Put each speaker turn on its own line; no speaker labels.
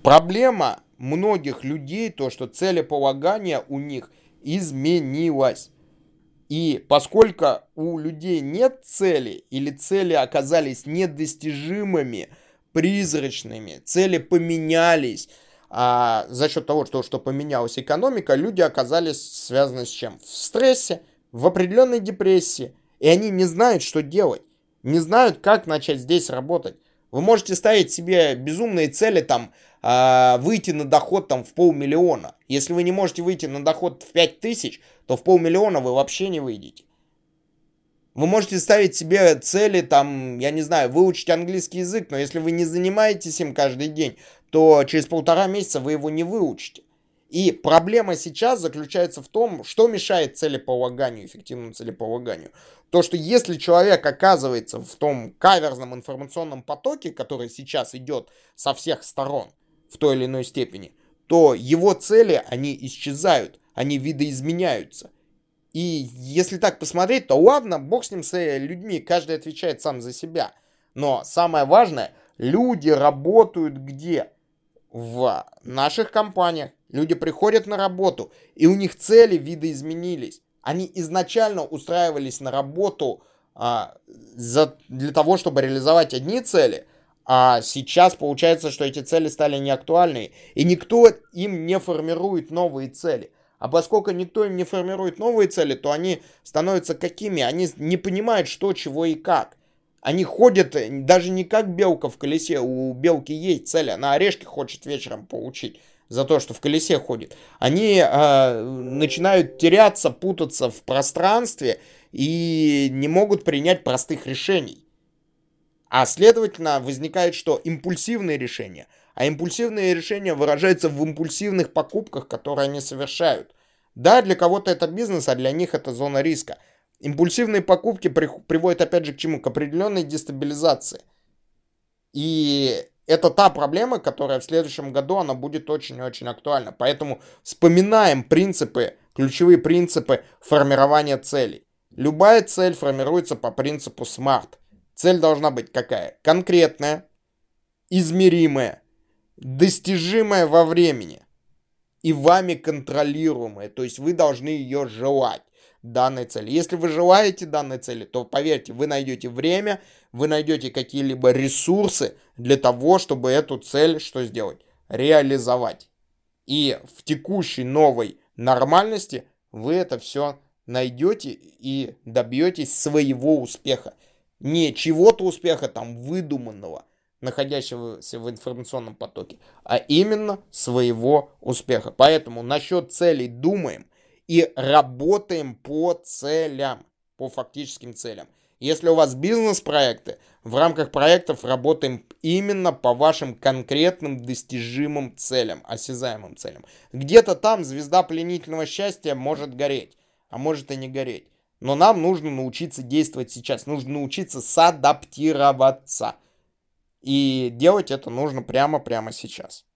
Проблема многих людей то, что целеполагание у них изменилось. И поскольку у людей нет цели или цели оказались недостижимыми, призрачными, цели поменялись, а за счет того, что поменялась экономика, люди оказались связаны с чем? В стрессе, в определенной депрессии. И они не знают, что делать, не знают, как начать здесь работать. Вы можете ставить себе безумные цели, там, выйти на доход там, в 500 000. Если вы не можете выйти на доход в 5000, то в 500 000 вы вообще не выйдете. Вы можете ставить себе цели, там, я не знаю, выучить английский язык, но если вы не занимаетесь им каждый день, то через 1,5 месяца вы его не выучите. И проблема сейчас заключается в том, что мешает целеполаганию, эффективному целеполаганию. То, что если человек оказывается в том каверзном информационном потоке, который сейчас идет со всех сторон в той или иной степени, то его цели, они исчезают, они видоизменяются. И если так посмотреть, то ладно, бог с ним, с людьми, каждый отвечает сам за себя. Но самое важное, люди работают где? В наших компаниях. Люди приходят на работу, и у них цели видоизменились. Они изначально устраивались на работу для того, чтобы реализовать одни цели, а сейчас получается, что эти цели стали неактуальны, и никто им не формирует новые цели. А поскольку никто им не формирует новые цели, то они становятся какими? Они не понимают, что, чего и как. Они ходят даже не как белка в колесе. У белки есть цель, она орешки хочет вечером получить за то, что в колесе ходит. Они начинают теряться, путаться в пространстве и не могут принять простых решений. А следовательно, возникает что? Импульсивные решения. А импульсивные решения выражаются в импульсивных покупках, которые они совершают. Да, для кого-то это бизнес, а для них это зона риска. Импульсивные покупки приводят опять же к чему? К определенной дестабилизации. И это та проблема, которая в следующем году она будет очень-очень актуальна. Поэтому вспоминаем принципы, ключевые принципы формирования целей. Любая цель формируется по принципу SMART. Цель должна быть какая? Конкретная, измеримая, достижимая во времени и вами контролируемая. То есть вы должны ее желать, данной цели. Если вы желаете данной цели, то поверьте, вы найдете время, вы найдете какие-либо ресурсы для того, чтобы эту цель что сделать? Реализовать. И в текущей новой нормальности вы это все найдете и добьетесь своего успеха. Не чего-то успеха там выдуманного, находящегося в информационном потоке, а именно своего успеха. Поэтому насчет целей думаем и работаем по целям, по фактическим целям. Если у вас бизнес-проекты, в рамках проектов работаем именно по вашим конкретным достижимым целям, осязаемым целям. Где-то там звезда пленительного счастья может гореть, а может и не гореть. Но нам нужно научиться действовать сейчас, нужно научиться садаптироваться. И делать это нужно прямо сейчас.